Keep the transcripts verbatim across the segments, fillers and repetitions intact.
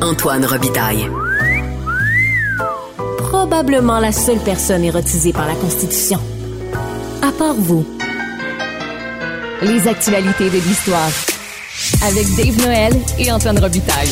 Antoine Robitaille. Probablement la seule personne érotisée par la Constitution. À part vous. Les actualités de l'histoire. Avec Dave Noël et Antoine Robitaille.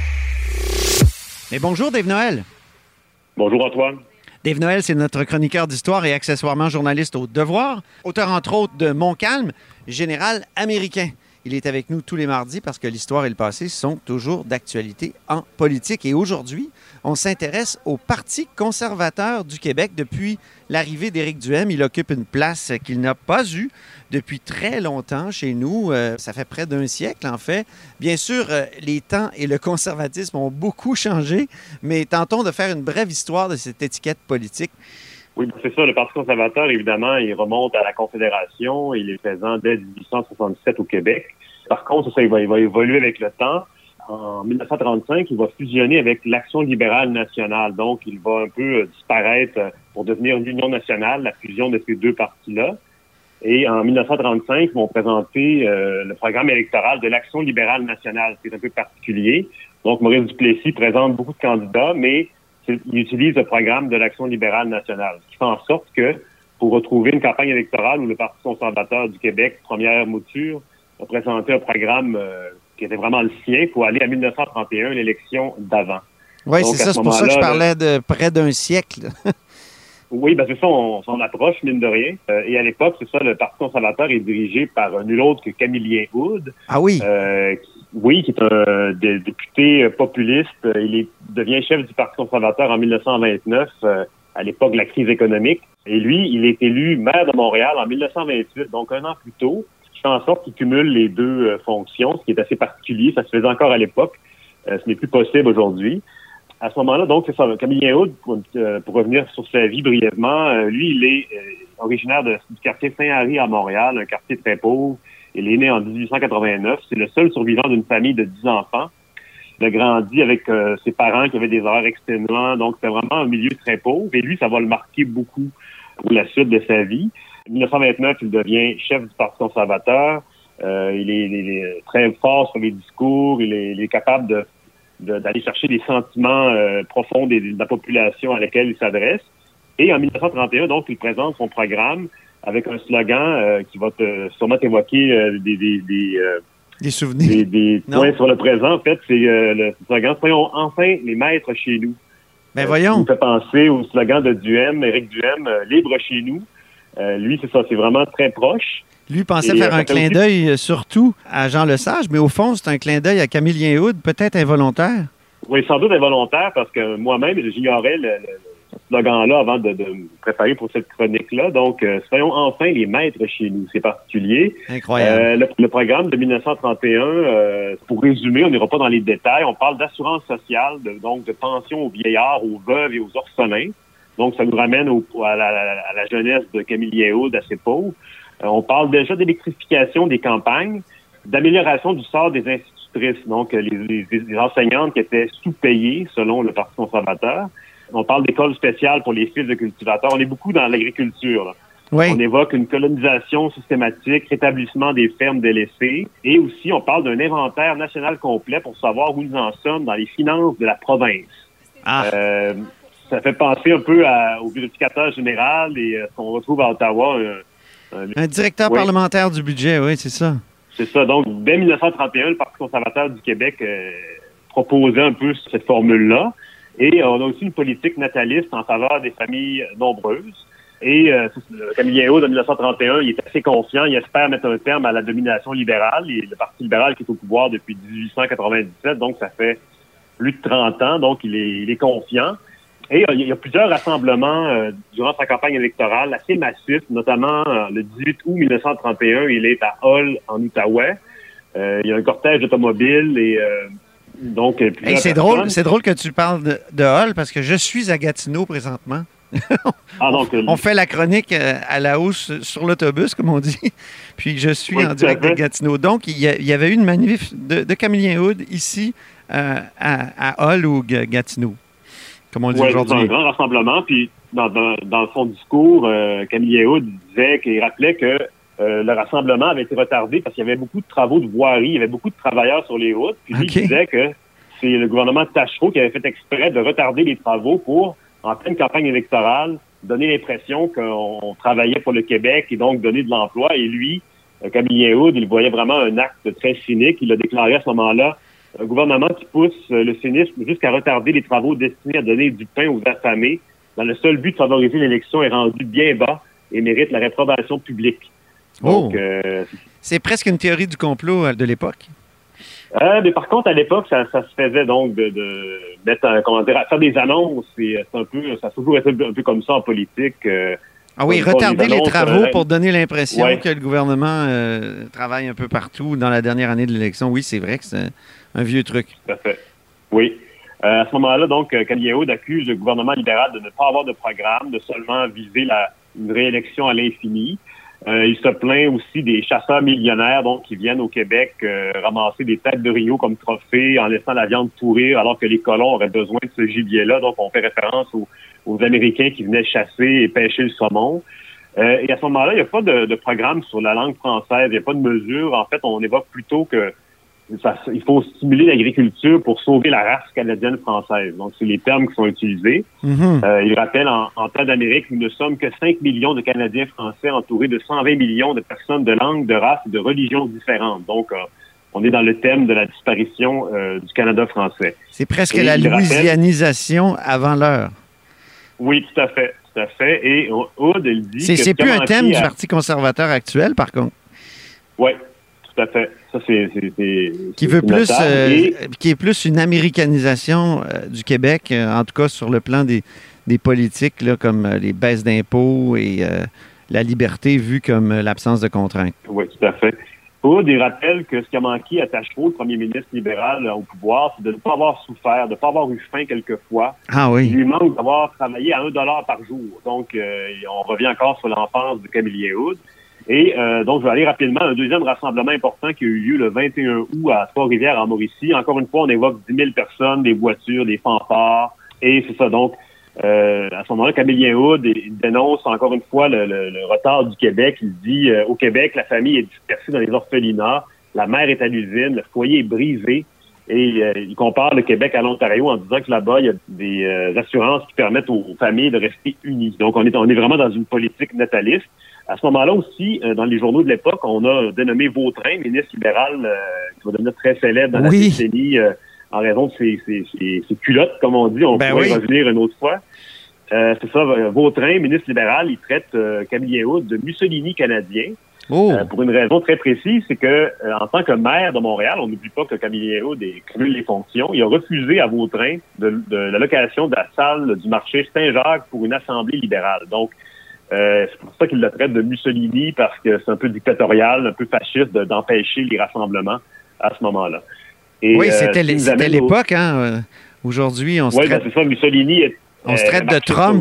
Mais bonjour Dave Noël. Bonjour Antoine. Dave Noël, c'est notre chroniqueur d'histoire et accessoirement journaliste au Devoir, auteur entre autres de Montcalm, général américain. Il est avec nous tous les mardis parce que l'histoire et le passé sont toujours d'actualité en politique. Et aujourd'hui, on s'intéresse au Parti conservateur du Québec. Depuis l'arrivée d'Éric Duhem, il occupe une place qu'il n'a pas eue depuis très longtemps chez nous. Euh, ça fait près d'un siècle, en fait. Bien sûr, euh, les temps et le conservatisme ont beaucoup changé, mais tentons de faire une brève histoire de cette étiquette politique. Oui, c'est ça. Le Parti conservateur, évidemment, il remonte à la Confédération. Il est présent dès dix-huit cent soixante-dix-sept au Québec. Par contre, ça, il va, il va évoluer avec le temps. En dix-neuf cent trente-cinq, il va fusionner avec l'Action libérale nationale. Donc, il va un peu disparaître pour devenir l'Union nationale, la fusion de ces deux partis-là. Et en dix-neuf cent trente-cinq, ils vont présenter euh, le programme électoral de l'Action libérale nationale. C'est un peu particulier. Donc, Maurice Duplessis présente beaucoup de candidats, mais il utilise le programme de l'Action libérale nationale. Ce qui fait en sorte que, pour retrouver une campagne électorale où le Parti conservateur du Québec, première mouture, a présenté un programme euh, qui était vraiment le sien, il faut aller à dix-neuf cent trente et un, l'élection d'avant. Oui, c'est ça. C'est pour ça que je parlais de près d'un siècle. Oui, ben c'est ça, on s'en approche, mine de rien. Euh, et à l'époque, c'est ça, le Parti conservateur est dirigé par nul autre que Camillien Houde. Ah oui? Euh, qui, oui, qui est un d- député populiste. Il est, devient chef du Parti conservateur en dix-neuf cent vingt-neuf, euh, à l'époque de la crise économique. Et lui, il est élu maire de Montréal en dix-neuf cent vingt-huit, donc un an plus tôt, ce qui fait en sorte qu'il cumule les deux euh, fonctions, ce qui est assez particulier. Ça se faisait encore à l'époque. Euh, ce n'est plus possible aujourd'hui. À ce moment-là, donc, c'est ça. Camillien Houde, pour, euh, pour revenir sur sa vie brièvement, euh, lui, il est euh, originaire de, du quartier Saint-Henri à Montréal, un quartier très pauvre. Il est né en dix-huit cent quatre-vingt-neuf. C'est le seul survivant d'une famille de dix enfants. Il a grandi avec euh, ses parents qui avaient des horaires exténuants. Donc, c'était vraiment un milieu très pauvre. Et lui, ça va le marquer beaucoup pour la suite de sa vie. En dix-neuf cent vingt-neuf, il devient chef du Parti conservateur. Euh, il, est, il est très fort sur les discours. Il est, il est capable de De, d'aller chercher des sentiments euh, profonds des, de la population à laquelle il s'adresse. Et en dix-neuf cent trente et un, donc, il présente son programme avec un slogan euh, qui va te, sûrement t'évoquer euh, des, des, des, euh, des souvenirs. Des, des points sur le présent. En fait, c'est euh, le slogan « Soyons enfin les maîtres chez nous ». Ben voyons. Ça nous fait penser au slogan de Duhem, Éric Duhem, euh, « Libre chez nous euh, ». Lui, c'est ça, c'est vraiment très proche. Lui pensait Et, faire euh, un clin aussi... d'œil surtout à Jean Lesage, mais au fond, c'est un clin d'œil à Camillien Houde, peut-être involontaire. Oui, sans doute involontaire, parce que moi-même, j'ignorais le, le, ce slogan-là avant de, de me préparer pour cette chronique-là. Donc, euh, soyons enfin les maîtres chez nous. C'est particulier. Incroyable. Euh, le, le programme de dix-neuf cent trente et un, euh, pour résumer, on n'ira pas dans les détails, on parle d'assurance sociale, de, donc de pension aux vieillards, aux veuves et aux orphelins. Donc, ça nous ramène au, à, la, à la jeunesse de Camillien Houde, assez pauvre. Euh, on parle déjà d'électrification des campagnes, d'amélioration du sort des institutrices, donc les, les, les enseignantes qui étaient sous-payées selon le Parti conservateur. On parle d'écoles spéciales pour les fils de cultivateurs. On est beaucoup dans l'agriculture, là. Oui. On évoque une colonisation systématique, rétablissement des fermes délaissées, et aussi on parle d'un inventaire national complet pour savoir où nous en sommes dans les finances de la province. Ah. Euh, ça fait penser un peu à, au vérificateur général et euh, ce qu'on retrouve à Ottawa. Un, un, un directeur oui. parlementaire du budget, oui, c'est ça. C'est ça. Donc, dès dix-neuf cent trente et un, le Parti conservateur du Québec euh, proposait un peu cette formule-là. Et on a aussi une politique nataliste en faveur des familles nombreuses. Et euh, Camillien Houde, en dix-neuf cent trente et un, il est assez confiant. Il espère mettre un terme à la domination libérale. Et le Parti libéral qui est au pouvoir depuis dix-huit cent quatre-vingt-dix-sept, donc ça fait plus de trente ans. Donc, il est, il est confiant. Et euh, il y a plusieurs rassemblements euh, durant sa campagne électorale assez massifs, notamment euh, le dix-huit août mille neuf cent trente et un, il est à Hull, en Outaouais. Euh, il y a un cortège d'automobiles et euh, donc... Hey, c'est drôle, c'est drôle que tu parles de, de Hull parce que je suis à Gatineau présentement. ah, donc, on, on fait la chronique à la hausse sur l'autobus, comme on dit. Puis je suis oui, en direct de Gatineau. Donc, il y, a, il y avait eu une manif de, de Camillien Houde ici euh, à, à Hull ou Gatineau, comme on le dit ouais, aujourd'hui. C'est un grand rassemblement. Puis, dans, dans, dans son discours, euh, Camillien Houde disait qu'il rappelait que euh, le rassemblement avait été retardé parce qu'il y avait beaucoup de travaux de voirie. Il y avait beaucoup de travailleurs sur les routes. Puis, lui, okay. il disait que c'est le gouvernement Tachereau qui avait fait exprès de retarder les travaux pour, en pleine campagne électorale, donner l'impression qu'on travaillait pour le Québec et donc donner de l'emploi. Et lui, Camillien Houde, il voyait vraiment un acte très cynique. Il a déclaré à ce moment-là un gouvernement qui pousse le cynisme jusqu'à retarder les travaux destinés à donner du pain aux affamés dans le seul but de favoriser l'élection est rendu bien bas et mérite la réprobation publique. Donc, oh. euh, c'est presque une théorie du complot de l'époque. Euh, mais par contre, à l'époque, ça, ça se faisait donc de, de mettre, un, comment dire, faire des annonces. C'est, c'est un peu, ça a toujours été un peu comme ça en politique. Euh, ah oui, retarder les travaux euh, pour donner l'impression ouais. que le gouvernement euh, travaille un peu partout dans la dernière année de l'élection. Oui, c'est vrai que c'est un vieux truc. Tout à fait. Oui. Euh, à ce moment-là, donc, Camillien Houde accuse le gouvernement libéral de ne pas avoir de programme, de seulement viser la, une réélection à l'infini. Euh, il se plaint aussi des chasseurs millionnaires donc qui viennent au Québec euh, ramasser des têtes de Rio comme trophée en laissant la viande pourrir alors que les colons auraient besoin de ce gibier-là. Donc, on fait référence aux, aux Américains qui venaient chasser et pêcher le saumon. Euh, et à ce moment-là, il n'y a pas de, de programme sur la langue française. Il n'y a pas de mesure. En fait, on évoque plutôt que ça, il faut stimuler l'agriculture pour sauver la race canadienne-française. Donc, c'est les termes qui sont utilisés. Mm-hmm. Euh, il rappelle, en, en temps d'Amérique, nous ne sommes que cinq millions de Canadiens français entourés de cent vingt millions de personnes de langue, de race et de religions différentes. Donc, euh, on est dans le thème de la disparition euh, du Canada français. C'est presque et la louisianisation rappelle, avant l'heure. Oui, tout à fait. Tout à fait. Et Houde, il dit c'est, que... C'est plus un thème à... du Parti conservateur actuel, par contre. Oui. Tout à fait. Ça, c'est, c'est, c'est, qui veut plus, euh, et... qui est plus une américanisation euh, du Québec, euh, en tout cas sur le plan des, des politiques, là, comme euh, les baisses d'impôts et euh, la liberté vue comme euh, l'absence de contraintes. Oui, tout à fait. Houde, il rappelle que ce qui a manqué à Tachereau, le premier ministre libéral au pouvoir, c'est de ne pas avoir souffert, de ne pas avoir eu faim quelquefois. Ah oui. Il lui manque d'avoir travaillé à un dollar par jour. Donc, euh, on revient encore sur l'enfance de Camillien Houde. Et euh, donc, je vais aller rapidement à un deuxième rassemblement important qui a eu lieu le vingt et un août à Trois-Rivières, en Mauricie. Encore une fois, on évoque dix mille personnes, des voitures, des fanfares. Et c'est ça, donc, euh, à ce moment-là, Camillien Houde il dénonce encore une fois le, le, le retard du Québec. Il dit, euh, au Québec, la famille est dispersée dans les orphelinats, la mère est à l'usine, le foyer est brisé. Et euh, il compare le Québec à l'Ontario en disant que là-bas, il y a des euh, assurances qui permettent aux familles de rester unies. Donc, on est, on est vraiment dans une politique nataliste. À ce moment-là aussi, euh, dans les journaux de l'époque, on a dénommé Vautrin, ministre libéral, euh, qui va devenir très célèbre dans oui. la décennie euh, en raison de ses, ses, ses, ses culottes, comme on dit. On ben pourrait oui. revenir une autre fois. Euh, c'est ça, Vautrin, ministre libéral, il traite euh, Camillien Houde de Mussolini canadien. Oh. Euh, pour une raison très précise, c'est que euh, en tant que maire de Montréal, on n'oublie pas que Camillien Houde cumule les fonctions. Il a refusé à Vautrin de, de la location de la salle du marché Saint-Jacques pour une assemblée libérale. Donc, Euh, c'est pour ça qu'il le traite de Mussolini, parce que c'est un peu dictatorial, un peu fasciste de, d'empêcher les rassemblements à ce moment-là. Et, oui, c'était, euh, c'était l'époque. Au... Hein? Aujourd'hui, on se ouais, traite... ben c'est ça, Mussolini... Est, on se traite de Trump.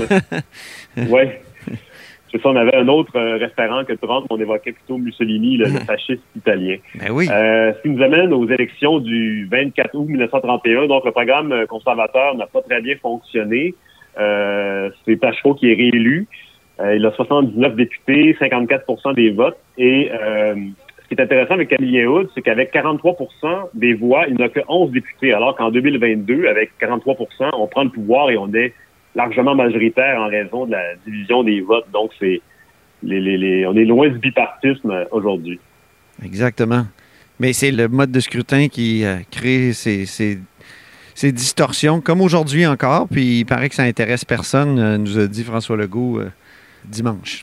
Oui. C'est ça, on avait un autre euh, référent que Trump, on évoquait plutôt Mussolini, le, le fasciste italien. Ben oui. Euh, ce qui nous amène aux élections du vingt-quatre août dix-neuf cent trente et un. Donc, le programme conservateur n'a pas très bien fonctionné. Euh, c'est Tachereau qui est réélu. Euh, il a soixante-dix-neuf députés, cinquante-quatre pour cent des votes. Et euh, ce qui est intéressant avec Camillien Houde, c'est qu'avec quarante-trois pour cent des voix, il n'a que onze députés, alors qu'en deux mille vingt-deux, avec quarante-trois pour cent, on prend le pouvoir et on est largement majoritaire en raison de la division des votes. Donc, c'est les, les, les, on est loin du bipartisme aujourd'hui. Exactement. Mais c'est le mode de scrutin qui euh, crée ces... ces... ces distorsions, comme aujourd'hui encore, puis il paraît que ça intéresse personne, euh, nous a dit François Legault euh, dimanche.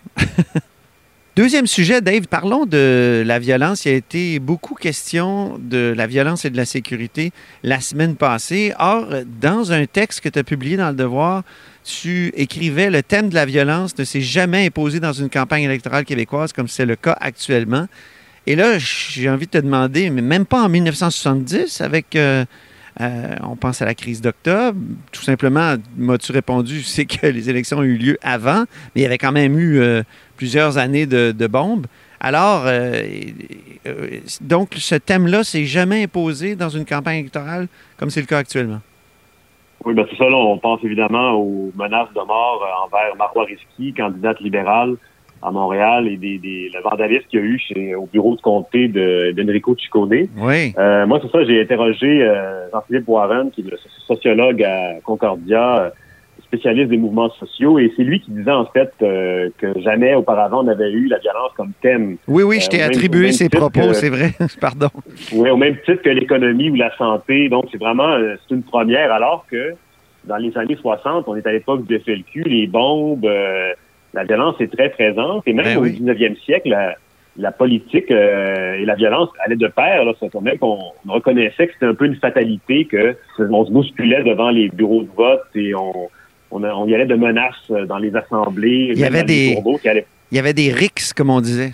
Deuxième sujet, Dave, parlons de la violence. Il y a été beaucoup question de la violence et de la sécurité la semaine passée. Or, dans un texte que tu as publié dans Le Devoir, tu écrivais « Le thème de la violence ne s'est jamais imposé dans une campagne électorale québécoise comme c'est le cas actuellement ». Et là, j'ai envie de te demander, mais même pas en dix-neuf cent soixante-dix, avec... Euh, Euh, on pense à la crise d'octobre. Tout simplement, m'as-tu répondu, c'est que les élections ont eu lieu avant, mais il y avait quand même eu euh, plusieurs années de, de bombes. Alors, euh, euh, donc, ce thème-là ne s'est jamais imposé dans une campagne électorale comme c'est le cas actuellement. Oui, bien c'est ça. Là, on pense évidemment aux menaces de mort envers Marois Risky, candidate libérale, à Montréal et des, des, le vandalisme qu'il y a eu chez, au bureau de comté de, d'Enrico Ciccone. Oui. Euh, moi, c'est ça, j'ai interrogé euh, Jean-Philippe Warren, qui est le sociologue à Concordia, euh, spécialiste des mouvements sociaux, et c'est lui qui disait en fait euh, que jamais auparavant on avait eu la violence comme thème. Oui, oui, je t'ai euh, attribué ces propos, que, c'est vrai. Pardon. Oui, au même titre que l'économie ou la santé. Donc, c'est vraiment euh, c'est une première, alors que dans les années soixante, on est à l'époque du F L Q, les bombes, euh, la violence est très présente, et même ben au oui. dix-neuvième siècle, la, la politique euh, et la violence allaient de pair. Là, c'est même qu'on on reconnaissait que c'était un peu une fatalité, que on se bousculait devant les bureaux de vote et on On, a, on y allait de menaces dans les assemblées. Il y avait des, qui allaient... il y avait des rixes, comme on disait.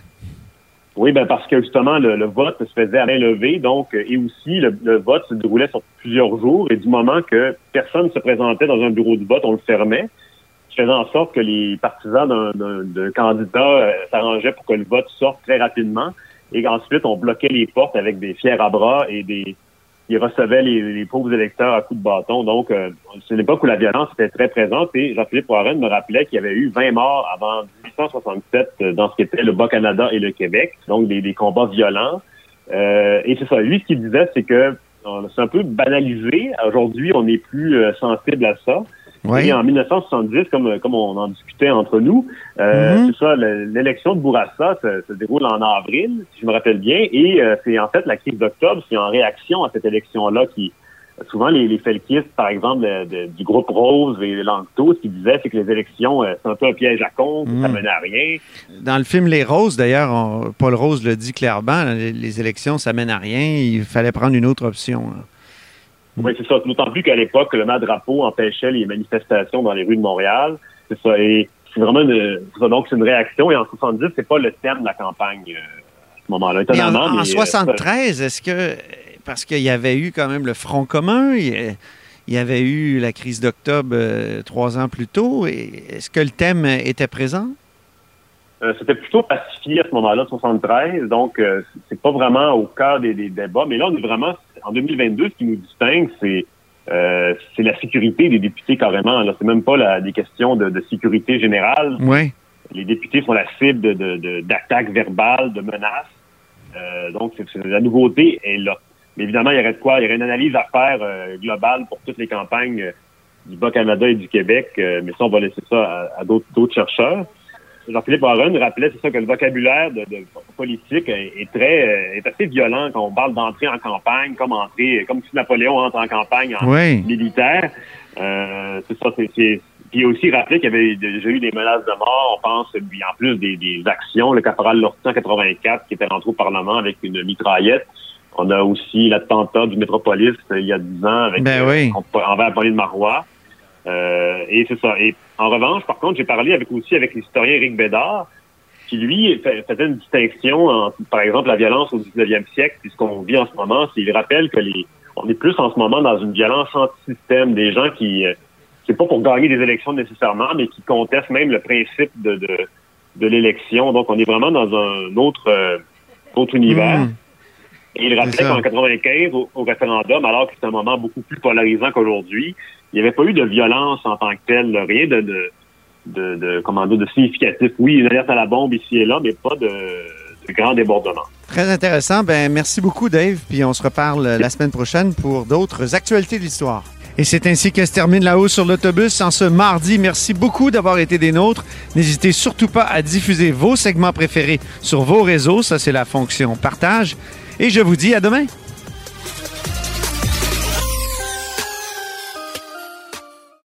Oui, ben parce que justement, le, le vote se faisait à main levée, donc, et aussi, le, le vote se déroulait sur plusieurs jours, et du moment que personne ne se présentait dans un bureau de vote, on le fermait, ce qui faisait en sorte que les partisans d'un, d'un, d'un candidat euh, s'arrangeaient pour que le vote sorte très rapidement, et ensuite, on bloquait les portes avec des fiers à bras et des... Ils recevaient les, les pauvres électeurs à coups de bâton. Donc, euh, c'est une époque où la violence était très présente. Et Jean-Philippe Warren me rappelait qu'il y avait eu vingt morts avant dix-huit cent soixante-sept dans ce qui était le Bas-Canada et le Québec. Donc, des, des combats violents. Euh, et c'est ça. Lui, ce qu'il disait, c'est que c'est un peu banalisé. Aujourd'hui, on n'est plus euh, sensible à ça. Oui. Et en dix-neuf cent soixante-dix, comme, comme on en discutait entre nous, euh, mm-hmm. c'est ça, l'élection de Bourassa se, se déroule en avril, si je me rappelle bien, et euh, c'est en fait la crise d'octobre, c'est en réaction à cette élection-là qui, souvent les, les felkistes, par exemple, de, de, du groupe Rose et Langto, ce qu'ils disaient, c'est que les élections, euh, c'est un peu un piège à con, mm. ça menait à rien. Dans le film Les Roses, d'ailleurs, on, Paul Rose le dit clairement, les, les élections, ça mène à rien, il fallait prendre une autre option. Là. Oui, c'est ça. D'autant plus qu'à l'époque, le mat-drapeau empêchait les manifestations dans les rues de Montréal. C'est ça. Et c'est vraiment une, c'est ça, donc c'est une réaction. Et en soixante-dix, c'est pas le thème de la campagne euh, à ce moment-là. Étonnamment. En, en mais, soixante-treize, euh, est-ce que, parce qu'il y avait eu quand même le Front commun, il y avait eu la crise d'octobre euh, trois ans plus tôt, et est-ce que le thème était présent? Euh, c'était plutôt pacifié à ce moment-là, soixante-treize, donc euh, c'est pas vraiment au cœur des, des débats. Mais là, on est vraiment, en deux mille vingt-deux, ce qui nous distingue, c'est euh, c'est la sécurité des députés carrément. Là, c'est même pas la, des questions de, de sécurité générale. Oui. Les députés sont la cible de, de, de, d'attaques verbales, de menaces. Euh, donc, c'est, c'est, la nouveauté est là. Mais évidemment, il y aurait de quoi, il y aurait une analyse à faire euh, globale pour toutes les campagnes euh, du Bas-Canada et du Québec. Euh, mais ça, on va laisser ça à, à d'autres, d'autres chercheurs. Jean-Philippe Warren rappelait, c'est ça, que le vocabulaire de, de politique est, est très, est assez violent quand on parle d'entrer en campagne, comme entrer, comme si Napoléon entre en campagne en oui. militaire. Euh, c'est ça, c'est, c'est, puis il a aussi rappelé qu'il y avait déjà eu des menaces de mort. On pense, puis en plus des, des actions, le caporal Lortie en quatre-vingt-quatre qui était rentré au Parlement avec une mitraillette. On a aussi l'attentat du métropolis il y a dix ans avec ben oui. euh, envers Apolline Marois. Euh, et c'est ça. Et en revanche, par contre, j'ai parlé avec aussi avec l'historien Éric Bédard, qui lui faisait une distinction entre, par exemple, la violence au dix-neuvième siècle, puis ce qu'on vit en ce moment. C'est, il rappelle que les, on est plus en ce moment dans une violence anti-système, des gens qui, euh, c'est pas pour gagner des élections nécessairement, mais qui contestent même le principe de de, de l'élection. Donc, on est vraiment dans un autre euh, autre univers. Mmh. Et il rappelait qu'en quatre-vingt-quinze, au, au référendum, alors que c'est un moment beaucoup plus polarisant qu'aujourd'hui, il n'y avait pas eu de violence en tant que telle, rien de, de, de, de, comment dire, de significatif. Oui, une alerte à la bombe ici et là, mais pas de, de grand débordement. Très intéressant. Ben, merci beaucoup, Dave. Puis on se reparle la semaine prochaine pour d'autres actualités de l'histoire. Et c'est ainsi que se termine La Hausse sur l'autobus en ce mardi. Merci beaucoup d'avoir été des nôtres. N'hésitez surtout pas à diffuser vos segments préférés sur vos réseaux. Ça, c'est la fonction partage. Et je vous dis à demain.